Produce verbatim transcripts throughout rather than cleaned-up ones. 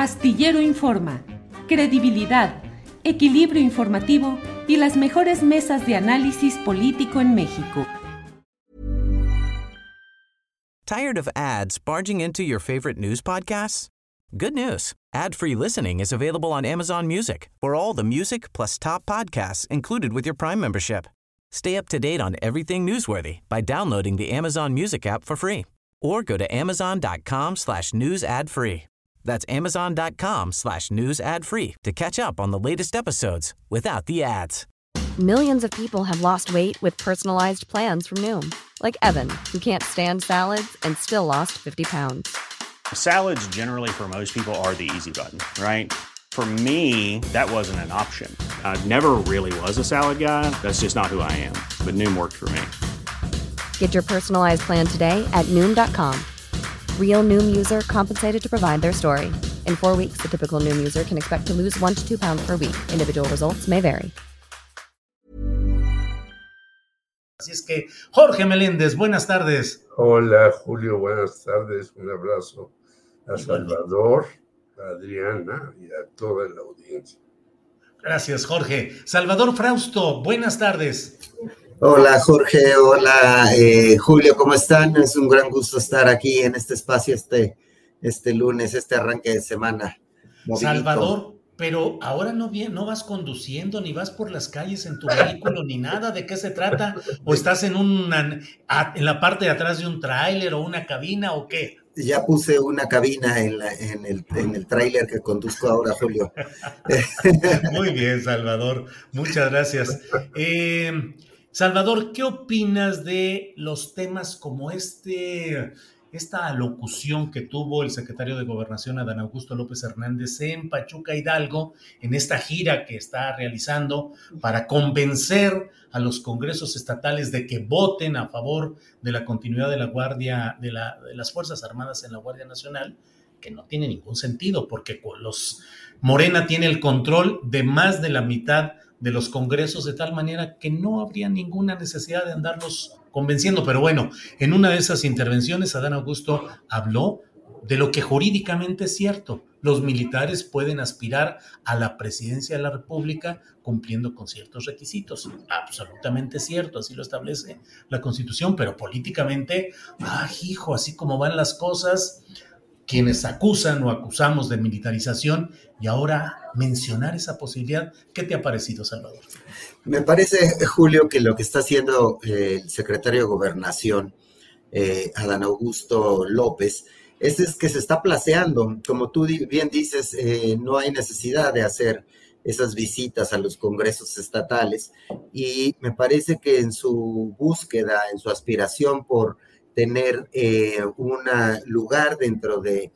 Astillero Informa, credibilidad, equilibrio informativo y las mejores mesas de análisis político en México. Tired of ads barging into your favorite news podcasts? Good news. Ad-free listening is available on Amazon Music for all the music plus top podcasts included with your Prime membership. Stay up to date on everything newsworthy by downloading the Amazon Music app for free or go to amazon.com slash news ad free. That's amazon.com slash news ad free to catch up on the latest episodes without the ads. Millions of people have lost weight with personalized plans from Noom, like Evan, who can't stand salads and still lost fifty pounds. Salads generally for most people are the easy button, right? For me, that wasn't an option. I never really was a salad guy. That's just not who I am. But Noom worked for me. Get your personalized plan today at Noom dot com. Real Noom user compensated to provide their story. In four weeks, the typical Noom user can expect to lose one to two pounds per week. Individual results may vary. Así es que, Jorge Meléndez, buenas tardes. Hola, Julio, buenas tardes. Un abrazo a Salvador, a Adriana y a toda la audiencia. Gracias, Jorge. Salvador Frausto, buenas tardes. Hola, Jorge. Hola, eh, Julio, ¿cómo están? Es un gran gusto estar aquí en este espacio este, este lunes, este arranque de semana. Movilito. Salvador, pero ahora no, bien, no vas conduciendo, ni vas por las calles en tu vehículo, ni nada. ¿De qué se trata? ¿O estás en, una, en la parte de atrás de un tráiler o una cabina o qué? Ya puse una cabina en, la, en el, en el tráiler que conduzco ahora, Julio. Muy bien, Salvador. Muchas gracias. Eh, Salvador, ¿qué opinas de los temas como este, esta alocución que tuvo el secretario de Gobernación, Adán Augusto López Hernández, en Pachuca, Hidalgo, en esta gira que está realizando para convencer a los congresos estatales de que voten a favor de la continuidad de la Guardia, de, la, de las Fuerzas Armadas en la Guardia Nacional, que no tiene ningún sentido, porque los Morena tiene el control de más de la mitad de los congresos, de tal manera que no habría ninguna necesidad de andarlos convenciendo. Pero bueno, en una de esas intervenciones, Adán Augusto habló de lo que jurídicamente es cierto. Los militares pueden aspirar a la presidencia de la República cumpliendo con ciertos requisitos. Absolutamente cierto, así lo establece la Constitución, pero políticamente, ¡ay, hijo! Así como van las cosas, quienes acusan o acusamos de militarización, y ahora mencionar esa posibilidad, ¿qué te ha parecido, Salvador? Me parece, Julio, que lo que está haciendo eh, el secretario de Gobernación, eh, Adán Augusto López, es, es que se está placeando. Como tú bien dices, eh, no hay necesidad de hacer esas visitas a los congresos estatales, y me parece que en su búsqueda, en su aspiración por tener eh, un lugar dentro de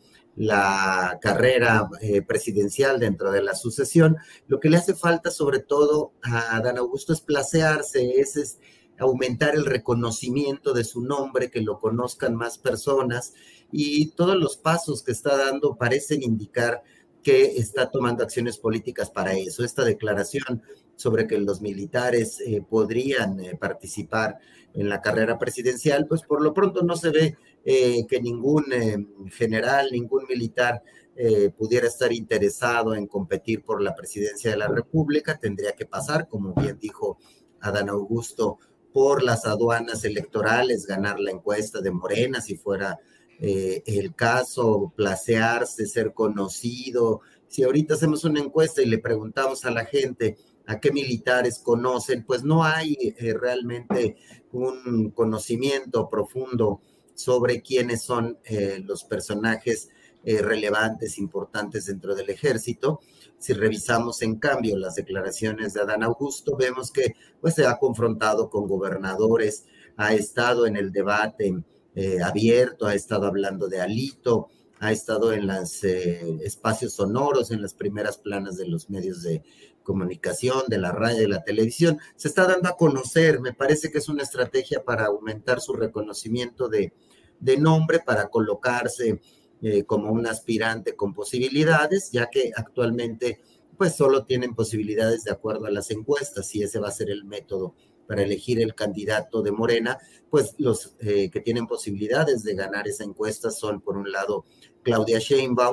la carrera eh, presidencial, dentro de la sucesión, lo que le hace falta sobre todo a Adán Augusto es placearse, es, es aumentar el reconocimiento de su nombre, que lo conozcan más personas, y todos los pasos que está dando parecen indicar que está tomando acciones políticas para eso. Esta declaración sobre que los militares eh, podrían eh, participar en la carrera presidencial, pues por lo pronto no se ve eh, que ningún eh, general, ningún militar eh, pudiera estar interesado en competir por la presidencia de la República. Tendría que pasar, como bien dijo Adán Augusto, por las aduanas electorales, ganar la encuesta de Morena, si fuera eh, el caso, placearse, ser conocido. Si ahorita hacemos una encuesta y le preguntamos a la gente a qué militares conocen, pues no hay eh, realmente un conocimiento profundo sobre quiénes son eh, los personajes eh, relevantes, importantes dentro del ejército. Si revisamos, en cambio, las declaraciones de Adán Augusto, vemos que pues, se ha confrontado con gobernadores, ha estado en el debate eh, abierto, ha estado hablando de Alito, ha estado en los eh, espacios sonoros, en las primeras planas de los medios de comunicación, de la radio y de la televisión. Se está dando a conocer. Me parece que es una estrategia para aumentar su reconocimiento de, de nombre, para colocarse eh, como un aspirante con posibilidades, ya que actualmente pues solo tienen posibilidades de acuerdo a las encuestas, y ese va a ser el método para elegir el candidato de Morena. Pues los eh, que tienen posibilidades de ganar esa encuesta son, por un lado, Claudia Sheinbaum,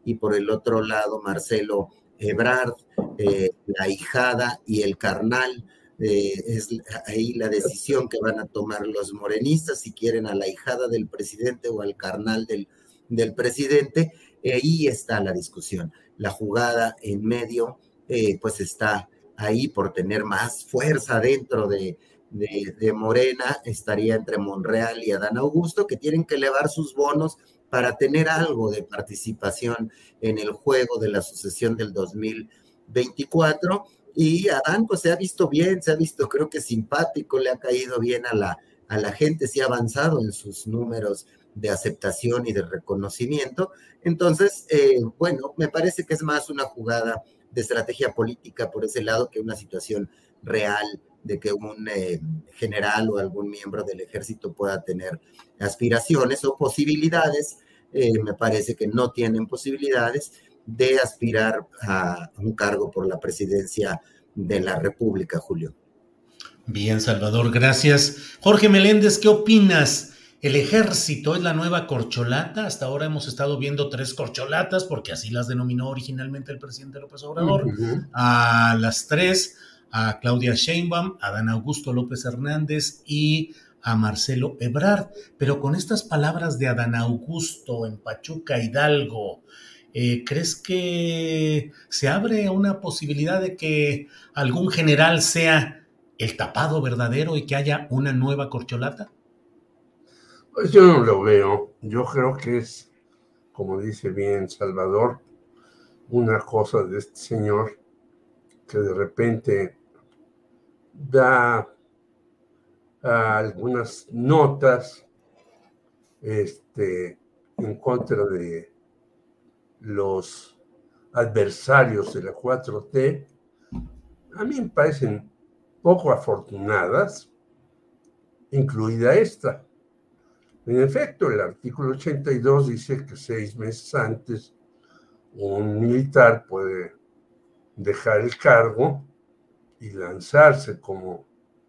y por el otro lado Marcelo Ebrard, eh, la ahijada y el carnal. Eh, es ahí la decisión que van a tomar los morenistas, si quieren a la ahijada del presidente o al carnal del, del presidente. Eh, ahí está la discusión. La jugada en medio, eh, pues está ahí por tener más fuerza dentro de, de, de Morena, estaría entre Monreal y Adán Augusto, que tienen que elevar sus bonos para tener algo de participación en el juego de la sucesión del dos mil veinticuatro, y Adán pues se ha visto bien, se ha visto creo que simpático, le ha caído bien a la, a la gente, sí ha avanzado en sus números de aceptación y de reconocimiento. Entonces, eh, bueno, me parece que es más una jugada de estrategia política por ese lado que una situación real de que un eh, general o algún miembro del ejército pueda tener aspiraciones o posibilidades. Eh, me parece que no tienen posibilidades de aspirar a un cargo por la presidencia de la República, Julio. Bien, Salvador, gracias. Jorge Meléndez, ¿qué opinas? ¿El ejército es la nueva corcholata? Hasta ahora hemos estado viendo tres corcholatas, porque así las denominó originalmente el presidente López Obrador. Uh-huh. A las tres, a Claudia Sheinbaum, a Adán Augusto López Hernández y a Marcelo Ebrard. Pero con estas palabras de Adán Augusto en Pachuca, Hidalgo, eh, ¿crees que se abre una posibilidad de que algún general sea el tapado verdadero y que haya una nueva corcholata? Pues yo no lo veo. Yo creo que es, como dice bien Salvador, una cosa de este señor que de repente da a algunas notas este, en contra de los adversarios de la cuatro T. A mí me parecen poco afortunadas, incluida esta. En efecto, el artículo ochenta y dos dice que seis meses antes un militar puede dejar el cargo y lanzarse como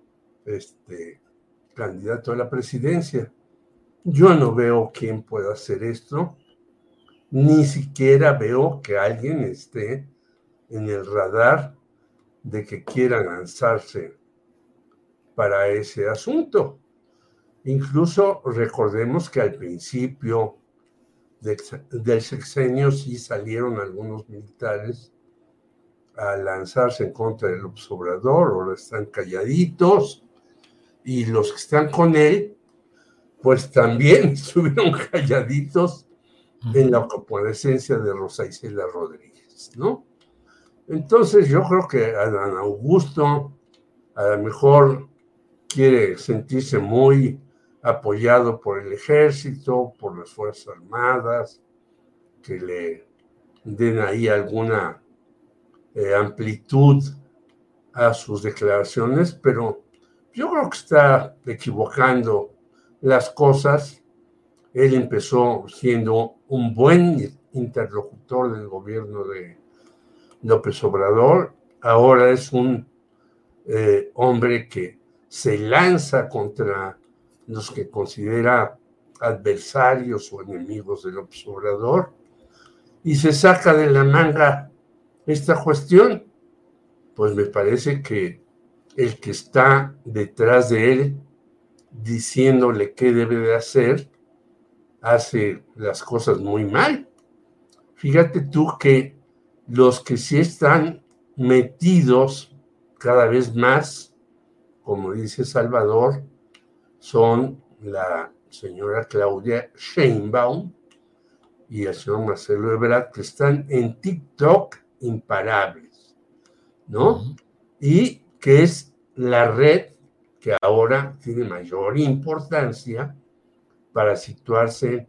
este, candidato a la presidencia. Yo no veo quién pueda hacer esto, ni siquiera veo que alguien esté en el radar de que quiera lanzarse para ese asunto. Incluso recordemos que al principio de, del sexenio sí salieron algunos militares a lanzarse en contra del López Obrador, ahora están calladitos, y los que están con él, pues también estuvieron calladitos en la comparecencia de Rosa Isela Rodríguez, ¿no? Entonces yo creo que Adán Augusto a lo mejor quiere sentirse muy apoyado por el ejército, por las Fuerzas Armadas, que le den ahí alguna eh, amplitud a sus declaraciones, pero yo creo que está equivocando las cosas. Él empezó siendo un buen interlocutor del gobierno de López Obrador, ahora es un eh, hombre que se lanza contra los que considera adversarios o enemigos de López Obrador y se saca de la manga esta cuestión. Pues me parece que el que está detrás de él diciéndole qué debe de hacer hace las cosas muy mal. Fíjate tú que los que sí están metidos cada vez más, como dice Salvador, son la señora Claudia Sheinbaum y el señor Marcelo Ebrard, que están en TikTok imparables, ¿no? Uh-huh. Y que es la red que ahora tiene mayor importancia para situarse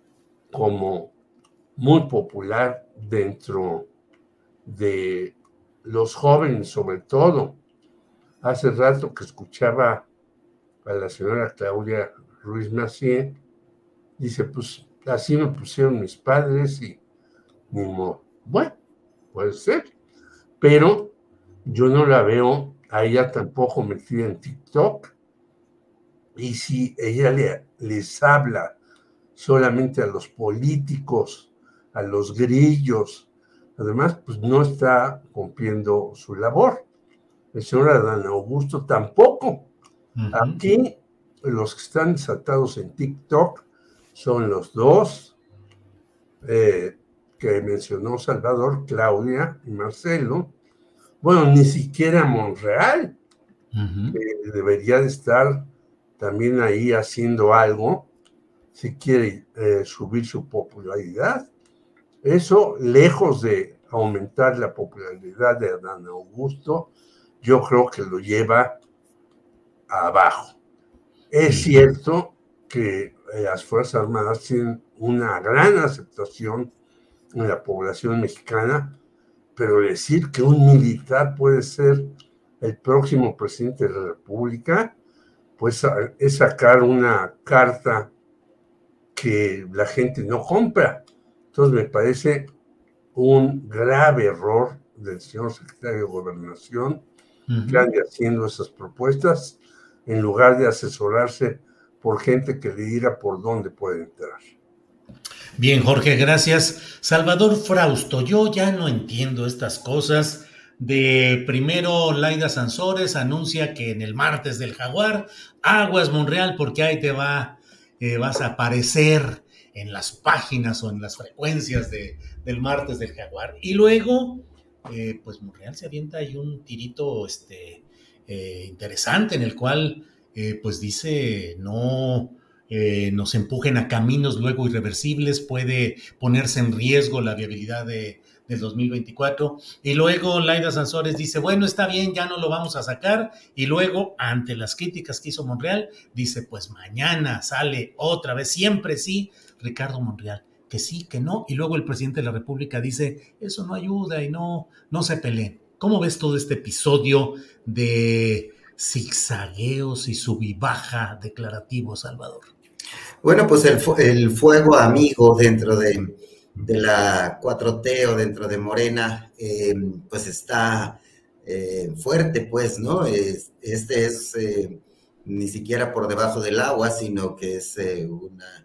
como muy popular dentro de los jóvenes, sobre todo. Hace rato que escuchaba a la señora Claudia Ruiz Massieu, dice, pues así me pusieron mis padres y ni modo. Bueno, puede ser, pero yo no la veo a ella tampoco metida en TikTok, y si ella le, les habla solamente a los políticos a los grillos. Además, pues no está cumpliendo su labor. El señor Adán Augusto tampoco. Uh-huh. Aquí los que están desatados en TikTok son los dos eh, que mencionó Salvador, Claudia y Marcelo. Bueno, ni siquiera Monreal, uh-huh. que debería de estar también ahí haciendo algo si quiere eh, subir su popularidad. Eso, lejos de aumentar la popularidad de Adán Augusto, yo creo que lo lleva abajo. Es cierto que las Fuerzas Armadas tienen una gran aceptación en la población mexicana, pero decir que un militar puede ser el próximo presidente de la República, pues es sacar una carta que la gente no compra. Entonces me parece un grave error del señor secretario de Gobernación uh-huh. que ande haciendo esas propuestas en lugar de asesorarse por gente que le diga por dónde puede entrar. Bien, Jorge, gracias. Salvador Frausto, yo ya no entiendo estas cosas de primero Laida Sansores anuncia que en el martes del Jaguar, aguas Monreal porque ahí te va, eh, vas a aparecer en las páginas o en las frecuencias de, del martes del Jaguar. Y luego, eh, pues Monreal se avienta ahí un tirito este, eh, interesante en el cual, eh, pues dice, no eh, nos empujen a caminos luego irreversibles, puede ponerse en riesgo la viabilidad de, del dos mil veinticuatro. Y luego Laida Sansores dice, bueno, está bien, ya no lo vamos a sacar. Y luego, ante las críticas que hizo Monreal, dice, pues mañana sale otra vez, siempre sí, Ricardo Monreal, que sí, que no, y luego el presidente de la República dice, eso no ayuda y no, no se peleen. ¿Cómo ves todo este episodio de zigzagueos y sub y baja declarativos, Salvador? Bueno, pues el, el fuego amigo dentro de, de la cuatro T o dentro de Morena, eh, pues está eh, fuerte, pues, ¿no? Es, este es eh, ni siquiera por debajo del agua, sino que es eh, una...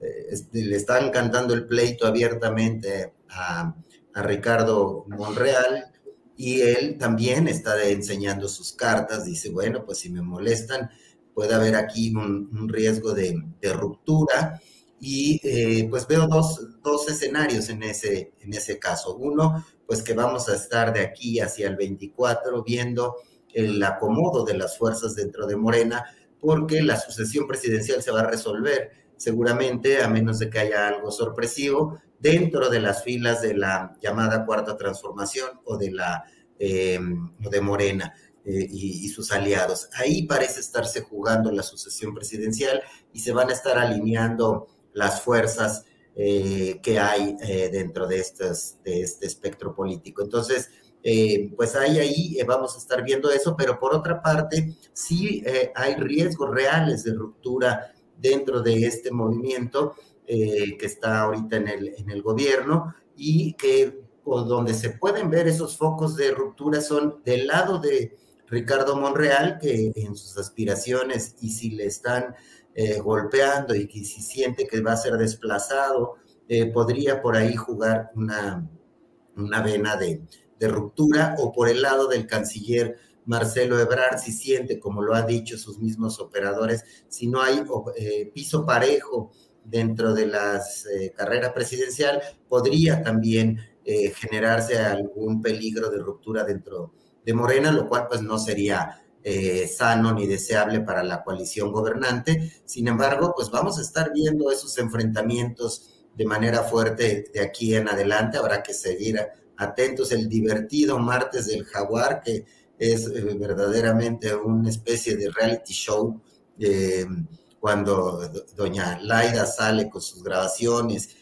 le están cantando el pleito abiertamente a, a Ricardo Monreal y él también está enseñando sus cartas, dice, bueno, pues si me molestan puede haber aquí un, un riesgo de, de ruptura y eh, pues veo dos, dos escenarios en ese, en ese caso. Uno, pues que vamos a estar de aquí hacia el veinticuatro viendo el acomodo de las fuerzas dentro de Morena porque la sucesión presidencial se va a resolver seguramente, a menos de que haya algo sorpresivo, dentro de las filas de la llamada Cuarta Transformación o de, la, eh, de Morena eh, y, y sus aliados. Ahí parece estarse jugando la sucesión presidencial y se van a estar alineando las fuerzas eh, que hay eh, dentro de, estas, de este espectro político. Entonces, eh, pues ahí, ahí eh, vamos a estar viendo eso, pero por otra parte, sí eh, hay riesgos reales de ruptura dentro de este movimiento eh, que está ahorita en el, en el gobierno y que o donde se pueden ver esos focos de ruptura son del lado de Ricardo Monreal, que en sus aspiraciones y si le están eh, golpeando y que si siente que va a ser desplazado, eh, podría por ahí jugar una, una vena de, de ruptura, o por el lado del canciller Marcelo Ebrard, si siente, como lo ha dicho sus mismos operadores, si no hay eh, piso parejo dentro de la eh, carrera presidencial, podría también eh, generarse algún peligro de ruptura dentro de Morena, lo cual pues no sería eh, sano ni deseable para la coalición gobernante. Sin embargo, pues vamos a estar viendo esos enfrentamientos de manera fuerte de aquí en adelante. Habrá que seguir atentos. El divertido martes del Jaguar, que es eh, verdaderamente una especie de reality show, eh, cuando do, doña Laida sale con sus grabaciones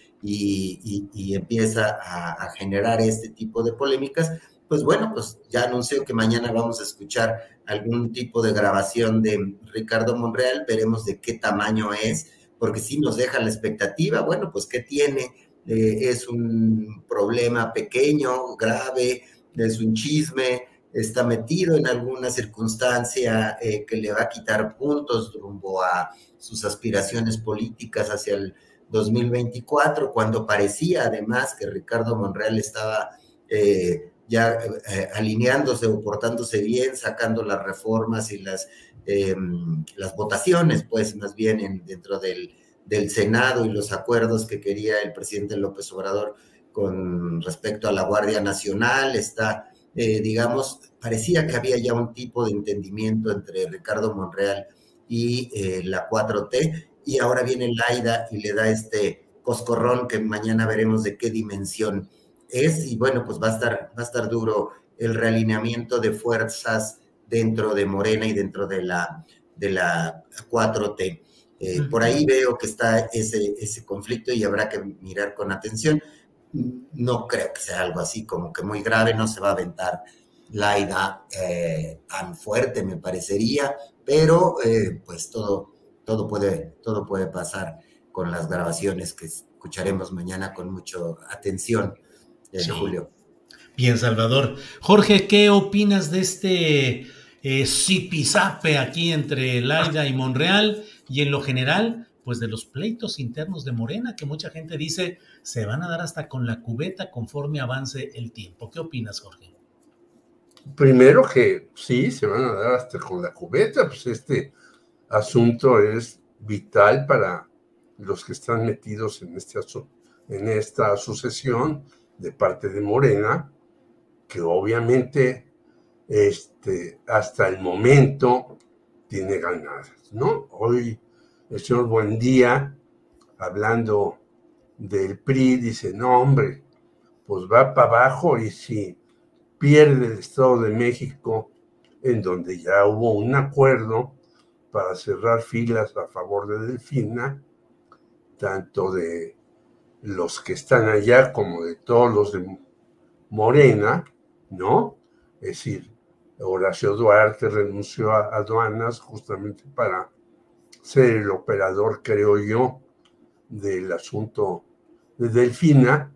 y, y, y empieza a, a generar este tipo de polémicas, pues bueno, pues ya anunció que mañana vamos a escuchar algún tipo de grabación de Ricardo Monreal, veremos de qué tamaño es, porque sí nos deja la expectativa, bueno, pues ¿qué tiene? Eh, es un problema pequeño, grave, es un chisme, está metido en alguna circunstancia eh, que le va a quitar puntos rumbo a sus aspiraciones políticas hacia el dos mil veinticuatro, cuando parecía además que Ricardo Monreal estaba eh, ya eh, alineándose o portándose bien, sacando las reformas y las, eh, las votaciones, pues más bien en, dentro del, del Senado y los acuerdos que quería el presidente López Obrador con respecto a la Guardia Nacional. Está, eh, digamos, parecía que había ya un tipo de entendimiento entre Ricardo Monreal y eh, la cuatro T, y ahora viene Laida y le da este coscorrón que mañana veremos de qué dimensión es, y bueno, pues va a estar, va a estar duro el realineamiento de fuerzas dentro de Morena y dentro de la, de la cuatro T. Eh, por ahí veo que está ese, ese conflicto y habrá que mirar con atención. No creo que sea algo así como que muy grave, no se va a aventar Laida eh, tan fuerte, me parecería, pero eh, pues todo, todo, puede, todo puede pasar con las grabaciones que escucharemos mañana con mucha atención, eh, sí. Julio. Bien, Salvador. Jorge, ¿qué opinas de este eh, zipizape aquí entre Laida y Monreal y en lo general, pues de los pleitos internos de Morena, que mucha gente dice se van a dar hasta con la cubeta conforme avance el tiempo? ¿Qué opinas, Jorge? Primero que sí, se van a dar hasta con la cubeta, pues este asunto es vital para los que están metidos en, este, en esta sucesión de parte de Morena, que obviamente este, hasta el momento tiene ganadas, ¿no? Hoy el señor Buendía, hablando del P R I, dice, no hombre, pues va para abajo, y si pierde el Estado de México, en donde ya hubo un acuerdo para cerrar filas a favor de Delfina, tanto de los que están allá como de todos los de Morena, ¿no? Es decir, Horacio Duarte renunció a aduanas justamente para ser el operador, creo yo, del asunto de Delfina.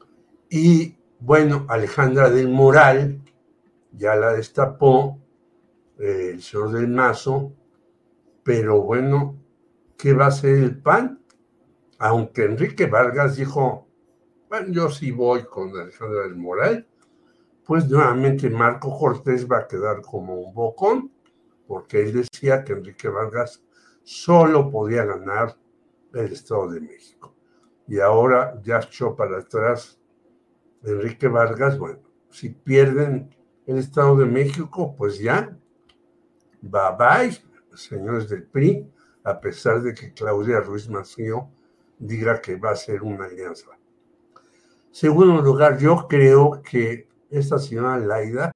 Y bueno, Alejandra del Moral ya la destapó eh, el señor del Mazo, pero bueno, ¿qué va a hacer el P A N? Aunque Enrique Vargas dijo, bueno, yo sí voy con Alejandra del Moral, pues nuevamente Marco Cortés va a quedar como un bocón, porque él decía que Enrique Vargas solo podía ganar el Estado de México. Y ahora ya echó para atrás Enrique Vargas. Bueno, si pierden el Estado de México, pues ya, bye bye, señores del P R I, a pesar de que Claudia Ruiz Massieu diga que va a ser una alianza. Segundo lugar, yo creo que esta señora Laida.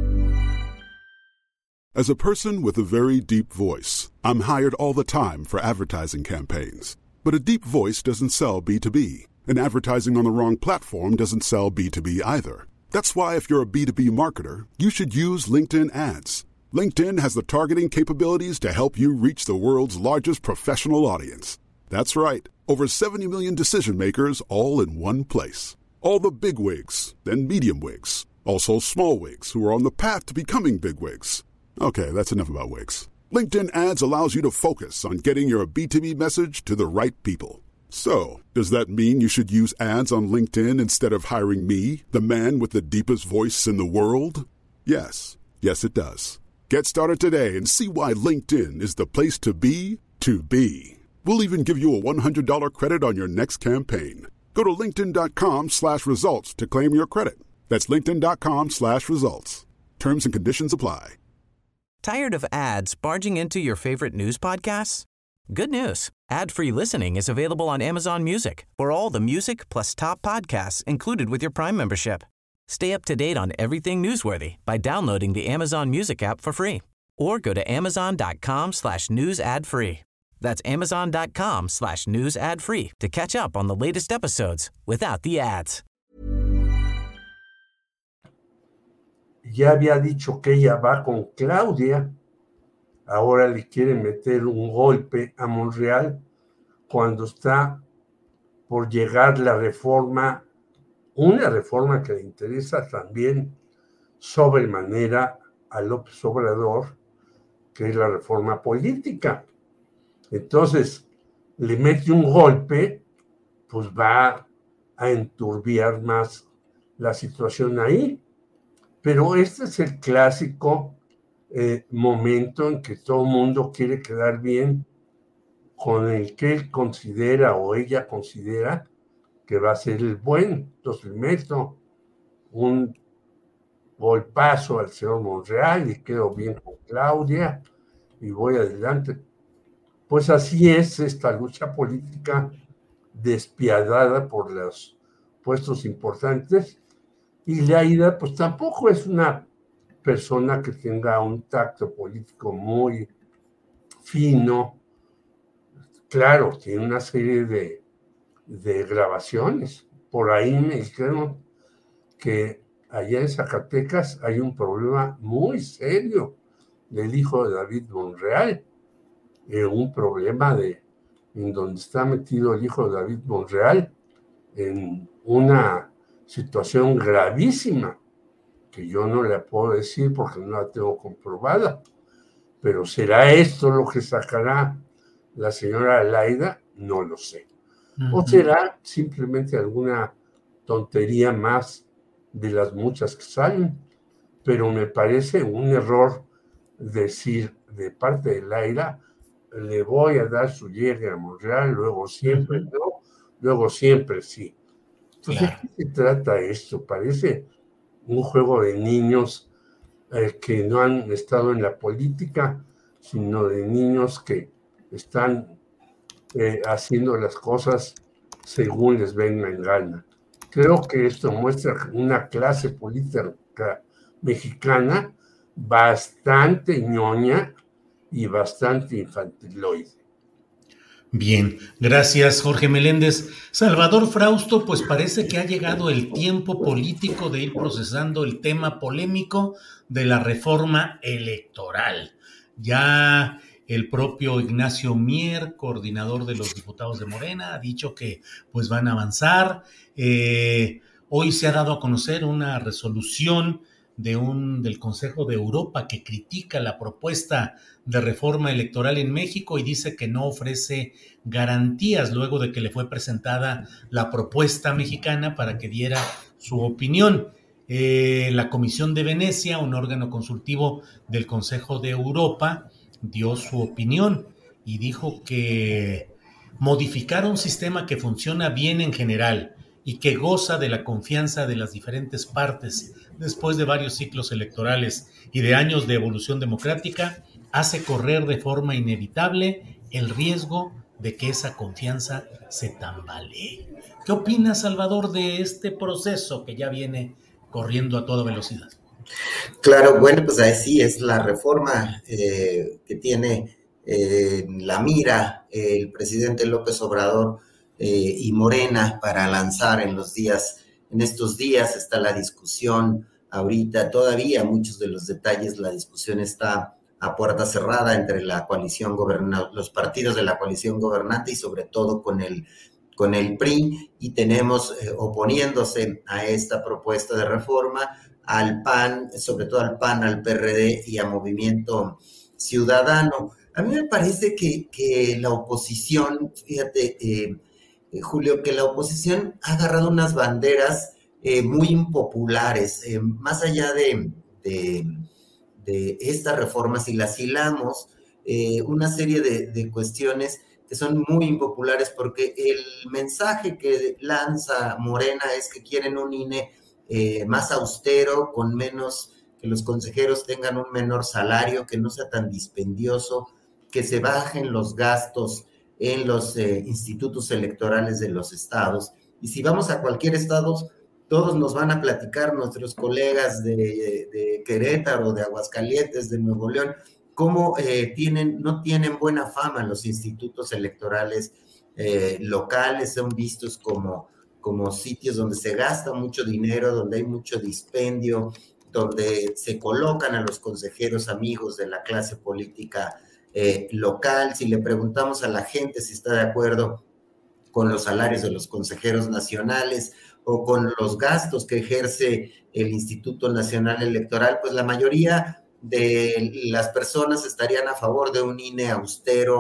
As a person with a very deep voice, I'm hired all the time for advertising campaigns. But a deep voice doesn't sell B two B, and advertising on the wrong platform doesn't sell B two B either. That's why if you're a B two B marketer, you should use LinkedIn ads. LinkedIn has the targeting capabilities to help you reach the world's largest professional audience. That's right, over seventy million decision makers all in one place. All the big wigs, then medium wigs, also small wigs who are on the path to becoming big wigs. Okay, that's enough about wigs. LinkedIn ads allows you to focus on getting your B two B message to the right people. So, does that mean you should use ads on LinkedIn instead of hiring me, the man with the deepest voice in the world? Yes. Yes, it does. Get started today and see why LinkedIn is the place to be to be. We'll even give you a one hundred dollars credit on your next campaign. Go to linkedin.com slash results to claim your credit. That's linkedin.com slash results. Terms and conditions apply. Tired of ads barging into your favorite news podcasts? Good news. Ad-free listening is available on Amazon Music for all the music plus top podcasts included with your Prime membership. Stay up to date on everything newsworthy by downloading the Amazon Music app for free or go to amazon.com slash news ad free. That's amazon.com slash news ad free to catch up on the latest episodes without the ads. Ya había dicho que ella va con Claudia. Ahora le quiere meter un golpe a Monreal cuando está por llegar la reforma, una reforma que le interesa también sobremanera a López Obrador, que es la reforma política. Entonces, le mete un golpe pues va a enturbiar más la situación ahí. Pero este es el clásico eh, momento en que todo el mundo quiere quedar bien con el que él considera o ella considera que va a ser el bueno. Entonces le meto un golpazo al señor Monreal y quedo bien con Claudia y voy adelante. Pues así es esta lucha política despiadada por los puestos importantes, y Laida pues tampoco es una persona que tenga un tacto político muy fino. Claro, tiene una serie de, de grabaciones. Por ahí me dijeron que allá en Zacatecas hay un problema muy serio del hijo de David Monreal, eh, un problema de, en donde está metido el hijo de David Monreal en una situación gravísima, que yo no le puedo decir porque no la tengo comprobada, pero ¿será esto lo que sacará la señora Laida? No lo sé. Uh-huh. O será simplemente alguna tontería más de las muchas que salen, pero me parece un error decir de parte de Laida, le voy a dar su llegue a Monreal, luego siempre uh-huh. no, luego siempre sí. Entonces, claro. ¿De qué se trata esto? Parece un juego de niños eh, que no han estado en la política, sino de niños que están eh, haciendo las cosas según les venga en gana. Creo que esto muestra una clase política mexicana bastante ñoña y bastante infantiloide. Bien, gracias Jorge Meléndez. Salvador Frausto, pues parece que ha llegado el tiempo político de ir procesando el tema polémico de la reforma electoral. Ya el propio Ignacio Mier, coordinador de los diputados de Morena, ha dicho que pues van a avanzar. Eh, hoy se ha dado a conocer una resolución de un, del Consejo de Europa que critica la propuesta de reforma electoral en México y dice que no ofrece garantías luego de que le fue presentada la propuesta mexicana para que diera su opinión. Eh, la Comisión de Venecia, un órgano consultivo del Consejo de Europa, dio su opinión y dijo que modificar un sistema que funciona bien en general y que goza de la confianza de las diferentes partes después de varios ciclos electorales y de años de evolución democrática, hace correr de forma inevitable el riesgo de que esa confianza se tambalee. ¿Qué opinas, Salvador, de este proceso que ya viene corriendo a toda velocidad? Claro, bueno, pues así es la reforma eh, que tiene eh, la mira eh, el presidente López Obrador eh, y Morena para lanzar en los días, en estos días está la discusión ahorita, todavía muchos de los detalles, la discusión está a puerta cerrada entre la coalición goberna, los partidos de la coalición gobernante y sobre todo con el, con el P R I, y tenemos eh, oponiéndose a esta propuesta de reforma al P A N, sobre todo al P A N, al P R D y a Movimiento Ciudadano. A mí me parece que, que la oposición, fíjate, eh, eh, Julio, que la oposición ha agarrado unas banderas eh, muy impopulares, eh, más allá de, de, de esta reforma, si las hilamos, eh, una serie de, de cuestiones que son muy impopulares porque el mensaje que lanza Morena es que quieren un I N E eh, más austero, con menos, que los consejeros tengan un menor salario, que no sea tan dispendioso, que se bajen los gastos en los eh, institutos electorales de los estados. Y si vamos a cualquier estado, todos nos van a platicar nuestros colegas de, de Querétaro, de Aguascalientes, de Nuevo León, cómo eh, tienen, no tienen buena fama los institutos electorales eh, locales, son vistos como, como sitios donde se gasta mucho dinero, donde hay mucho dispendio, donde se colocan a los consejeros amigos de la clase política eh, local. Si le preguntamos a la gente si está de acuerdo con los salarios de los consejeros nacionales o con los gastos que ejerce el Instituto Nacional Electoral, pues la mayoría de las personas estarían a favor de un I N E austero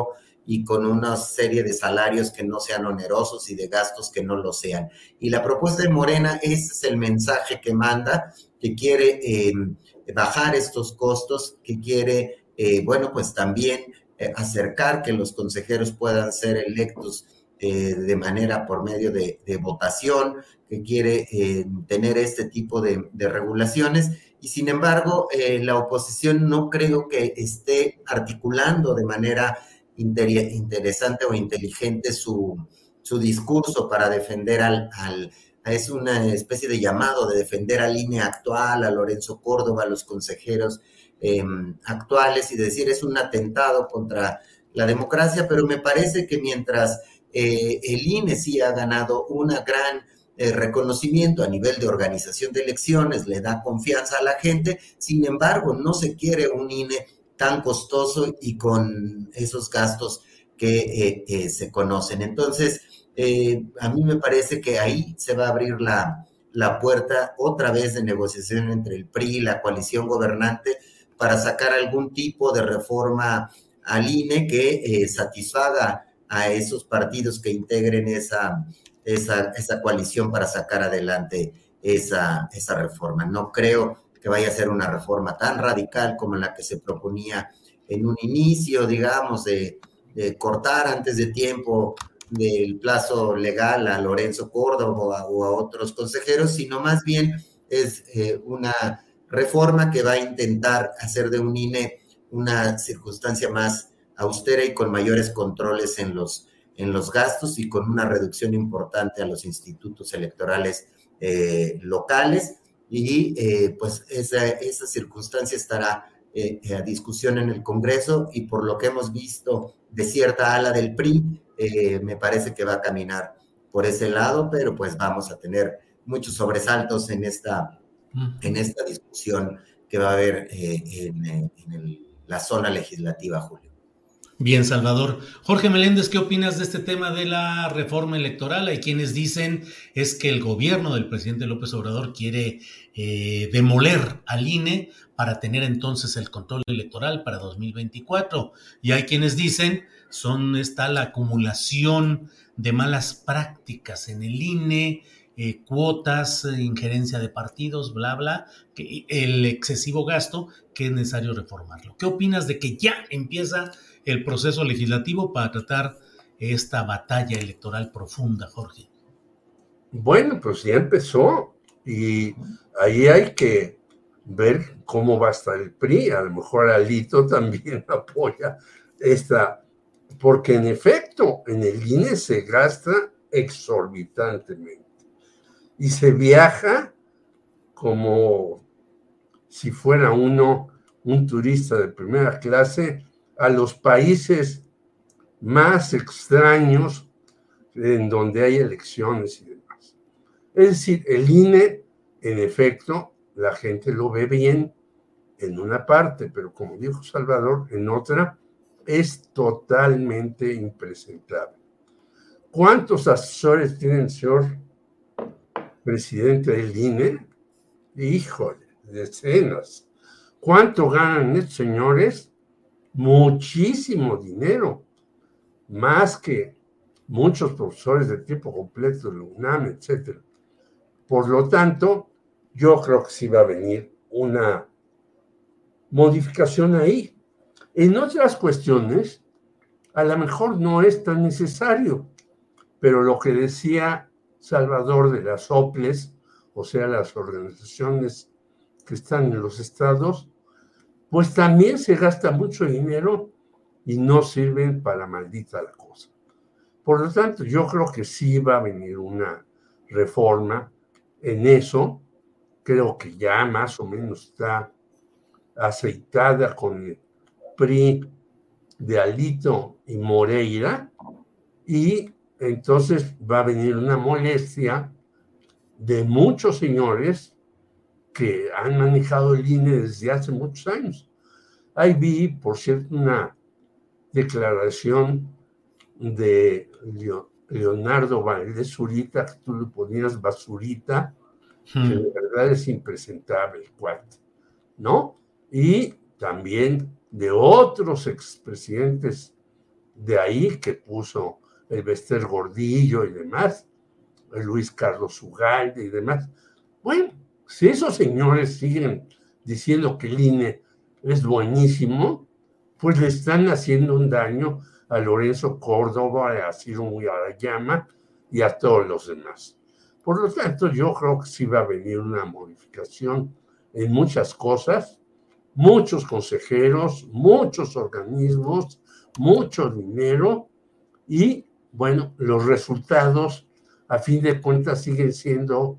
y con una serie de salarios que no sean onerosos y de gastos que no lo sean. Y la propuesta de Morena, ese es el mensaje que manda, que quiere eh, bajar estos costos, que quiere, eh, bueno, pues también eh, acercar que los consejeros puedan ser electos eh, de manera por medio de, de votación, que quiere eh, tener este tipo de, de regulaciones, y sin embargo, eh, la oposición no creo que esté articulando de manera inter interesante o inteligente su, su discurso para defender al, al, es una especie de llamado de defender al I N E actual, a Lorenzo Córdoba, a los consejeros eh, actuales, y decir es un atentado contra la democracia, pero me parece que mientras eh, el I N E sí ha ganado una gran eh, reconocimiento a nivel de organización de elecciones, le da confianza a la gente, sin embargo, no se quiere un I N E tan costoso y con esos gastos que eh, eh, se conocen. Entonces, eh, a mí me parece que ahí se va a abrir la, la puerta otra vez de negociación entre el P R I y la coalición gobernante para sacar algún tipo de reforma al I N E que eh, satisfaga a esos partidos que integren esa, esa, esa coalición para sacar adelante esa, esa reforma. No creo que vaya a ser una reforma tan radical como la que se proponía en un inicio, digamos, de, de cortar antes de tiempo del plazo legal a Lorenzo Córdoba o a otros consejeros, sino más bien es eh, una reforma que va a intentar hacer de un I N E una circunstancia más austera y con mayores controles en los, en los gastos y con una reducción importante a los institutos electorales eh, locales. Y eh, pues esa, esa circunstancia estará eh, a discusión en el Congreso, y por lo que hemos visto de cierta ala del P R I, eh, me parece que va a caminar por ese lado, pero pues vamos a tener muchos sobresaltos en esta, en esta discusión que va a haber eh, en, en el, la zona legislativa, Julio. Bien, Salvador. Jorge Meléndez, ¿qué opinas de este tema de la reforma electoral? Hay quienes dicen es que el gobierno del presidente López Obrador quiere eh, demoler al I N E para tener entonces el control electoral para dos mil veinticuatro. Y hay quienes dicen son está la acumulación de malas prácticas en el I N E, eh, cuotas, eh, injerencia de partidos, bla, bla, que, el excesivo gasto, que es necesario reformarlo. ¿Qué opinas de que ya empieza el proceso legislativo para tratar esta batalla electoral profunda, Jorge? Bueno, pues ya empezó y ahí hay que ver cómo va a estar el P R I. A lo mejor Alito también apoya esta, porque en efecto en el I N E se gasta exorbitantemente y se viaja como si fuera uno un turista de primera clase a los países más extraños en donde hay elecciones y demás. Es decir, el I N E, en efecto, la gente lo ve bien en una parte, pero como dijo Salvador, en otra es totalmente impresentable. ¿Cuántos asesores tiene el señor presidente del I N E? Híjole, decenas. ¿Cuánto ganan estos señores? Muchísimo dinero, más que muchos profesores de tiempo completo de la UNAM, etcétera. Por lo tanto, yo creo que sí va a venir una modificación ahí. En otras cuestiones, a lo mejor no es tan necesario, pero lo que decía Salvador de las O P L E S, o sea, las organizaciones que están en los estados, pues también se gasta mucho dinero y no sirven para maldita la cosa. Por lo tanto, yo creo que sí va a venir una reforma en eso. Creo que ya más o menos está aceitada con el P R I de Alito y Moreira, y entonces va a venir una molestia de muchos señores que han manejado el I N E desde hace muchos años. Ahí vi, por cierto, una declaración de Leonardo Valdés Zurita, que tú le ponías basurita, hmm. que de verdad es impresentable el cuate, ¿no? Y también de otros expresidentes de ahí que puso el Bester Gordillo y demás, el Luis Carlos Ugalde y demás. Bueno, si esos señores siguen diciendo que el I N E es buenísimo, pues le están haciendo un daño a Lorenzo Córdoba, a Ciro Murayama y a todos los demás. Por lo tanto, yo creo que sí va a venir una modificación en muchas cosas, muchos consejeros, muchos organismos, mucho dinero y, bueno, los resultados, a fin de cuentas, siguen siendo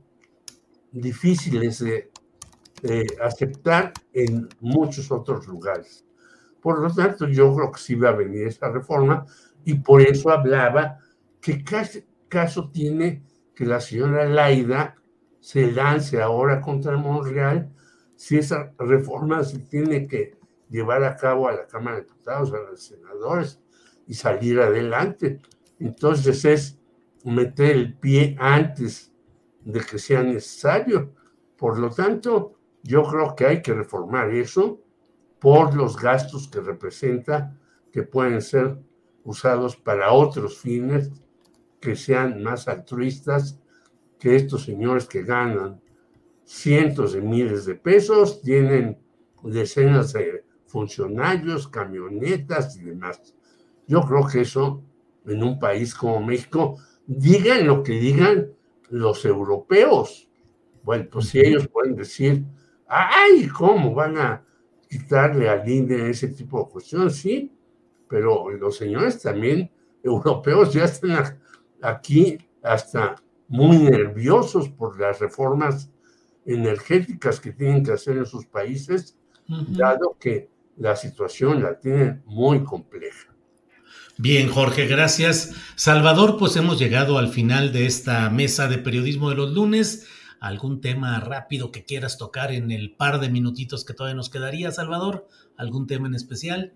difíciles de, de aceptar en muchos otros lugares. Por lo tanto, yo creo que sí va a venir esta reforma y por eso hablaba que casi, caso tiene que la señora Laida se lance ahora contra Monreal si esa reforma se tiene que llevar a cabo a la Cámara de Diputados, a los senadores y salir adelante. Entonces es meter el pie antes de que sea necesario. Por lo tanto, yo creo que hay que reformar eso por los gastos que representa, que pueden ser usados para otros fines que sean más altruistas que estos señores que ganan cientos de miles de pesos, tienen decenas de funcionarios, camionetas y demás. Yo creo que eso, en un país como México, digan lo que digan los europeos. Bueno, pues si ellos pueden decir, ¡ay! ¿Cómo van a quitarle al I N E ese tipo de cuestiones? Sí, pero los señores también europeos ya están aquí hasta muy nerviosos por las reformas energéticas que tienen que hacer en sus países, uh-huh. dado que la situación la tienen muy compleja. Bien, Jorge, gracias. Salvador, pues hemos llegado al final de esta mesa de periodismo de los lunes. ¿Algún tema rápido que quieras tocar en el par de minutitos que todavía nos quedaría, Salvador? ¿Algún tema en especial?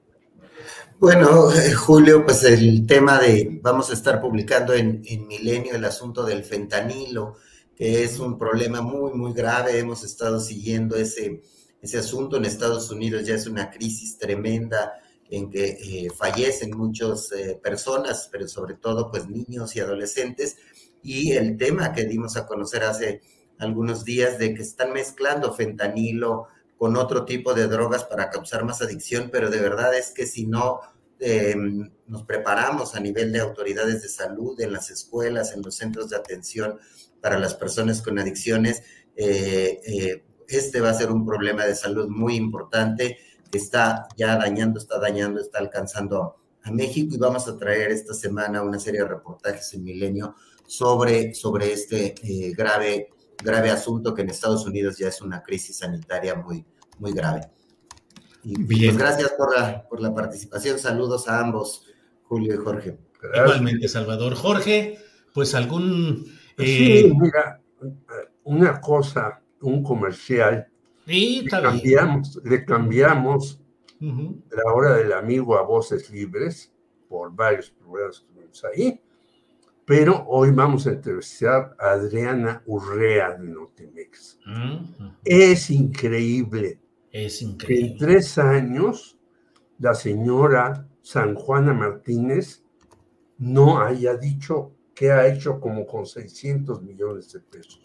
Bueno, eh, Julio, pues el tema de, vamos a estar publicando en, en Milenio el asunto del fentanilo, que es un problema muy, muy grave. Hemos estado siguiendo ese, ese asunto. En Estados Unidos ya es una crisis tremenda en que eh, fallecen muchas eh, personas, pero sobre todo pues niños y adolescentes. Y el tema que dimos a conocer hace algunos días de que están mezclando fentanilo con otro tipo de drogas para causar más adicción, pero de verdad es que si no eh, nos preparamos a nivel de autoridades de salud, en las escuelas, en los centros de atención para las personas con adicciones, eh, eh, este va a ser un problema de salud muy importante que está ya dañando, está dañando, está alcanzando a México, y vamos a traer esta semana una serie de reportajes en Milenio sobre, sobre este eh, grave grave asunto que en Estados Unidos ya es una crisis sanitaria muy, muy grave. Y Bien. Pues gracias por la, por la participación. Saludos a ambos, Julio y Jorge. Gracias. Igualmente, Salvador. Jorge, pues algún... Eh... Sí, mira, una cosa, un comercial. Sí, le cambiamos, le cambiamos uh-huh. la hora del amigo a Voces Libres por varios programas que tenemos ahí. Pero hoy vamos a entrevistar a Adriana Urrea de Notimex. Uh-huh. Es increíble. Es increíble. Que en tres años la señora San Juana Martínez no haya dicho qué ha hecho como con seiscientos millones de pesos.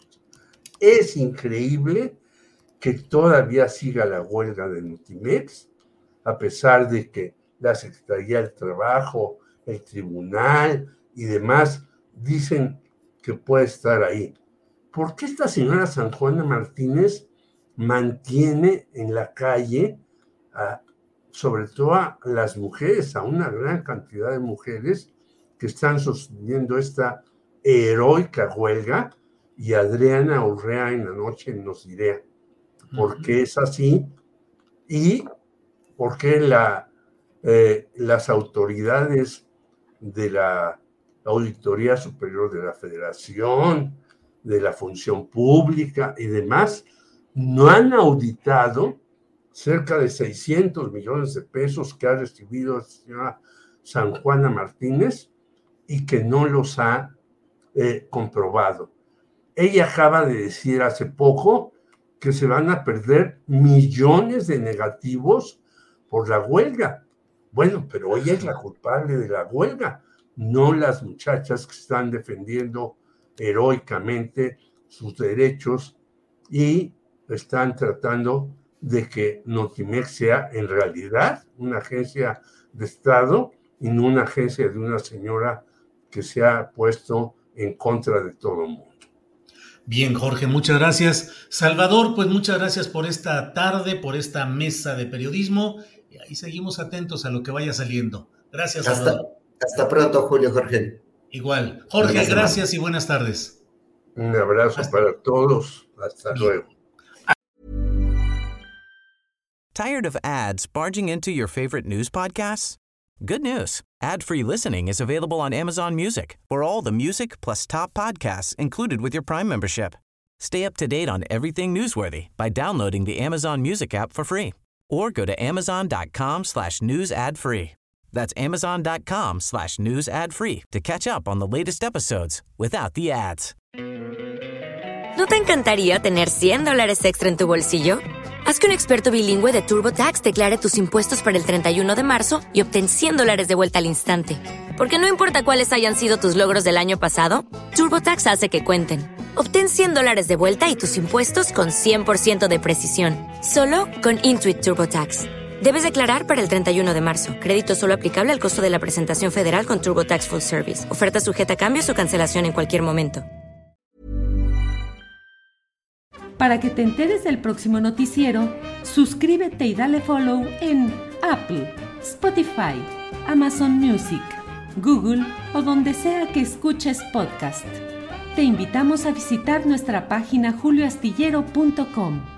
Es increíble que todavía siga la huelga de Notimex, a pesar de que la Secretaría del Trabajo, el Tribunal y demás dicen que puede estar ahí. ¿Por qué esta señora San Juana Martínez mantiene en la calle, a, sobre todo a las mujeres, a una gran cantidad de mujeres que están sosteniendo esta heroica huelga? Y Adriana Urrea en la noche nos dirá por qué es así y por qué la, eh, las autoridades de la Auditoría Superior de la Federación, de la Función Pública y demás, no han auditado cerca de seiscientos millones de pesos que ha recibido la señora San Juana Martínez y que no los ha eh, comprobado. Ella acaba de decir hace poco que se van a perder millones de negativos por la huelga. Bueno, pero ella es la culpable de la huelga, no las muchachas que están defendiendo heroicamente sus derechos y están tratando de que Notimex sea en realidad una agencia de Estado y no una agencia de una señora que se ha puesto en contra de todo el mundo. Bien, Jorge, muchas gracias. Salvador, pues muchas gracias por esta tarde, por esta mesa de periodismo. Y ahí seguimos atentos a lo que vaya saliendo. Gracias, Salvador. Hasta, hasta pronto, Julio, Jorge. Igual. Jorge, gracias y buenas tardes. Un abrazo hasta para todos. Hasta Bien. Luego. Tired of ads barging into your favorite news podcasts? Good news. Ad-free listening is available on Amazon Music for all the music plus top podcasts included with your Prime membership. Stay up to date on everything newsworthy by downloading the Amazon Music app for free or go to amazon.com slash news ad free. That's amazon.com slash news ad free to catch up on the latest episodes without the ads. ¿No te encantaría tener cien dólares extra en tu bolsillo? Haz que un experto bilingüe de TurboTax declare tus impuestos para el treinta y uno de marzo y obtén cien dólares de vuelta al instante. Porque no importa cuáles hayan sido tus logros del año pasado, TurboTax hace que cuenten. Obtén cien dólares de vuelta y tus impuestos con cien por ciento de precisión. Solo con Intuit TurboTax. Debes declarar para el treinta y uno de marzo. Crédito solo aplicable al costo de la presentación federal con TurboTax Full Service. Oferta sujeta a cambios o cancelación en cualquier momento. Para que te enteres del próximo noticiero, suscríbete y dale follow en Apple, Spotify, Amazon Music, Google o donde sea que escuches podcast. Te invitamos a visitar nuestra página julio astillero punto com.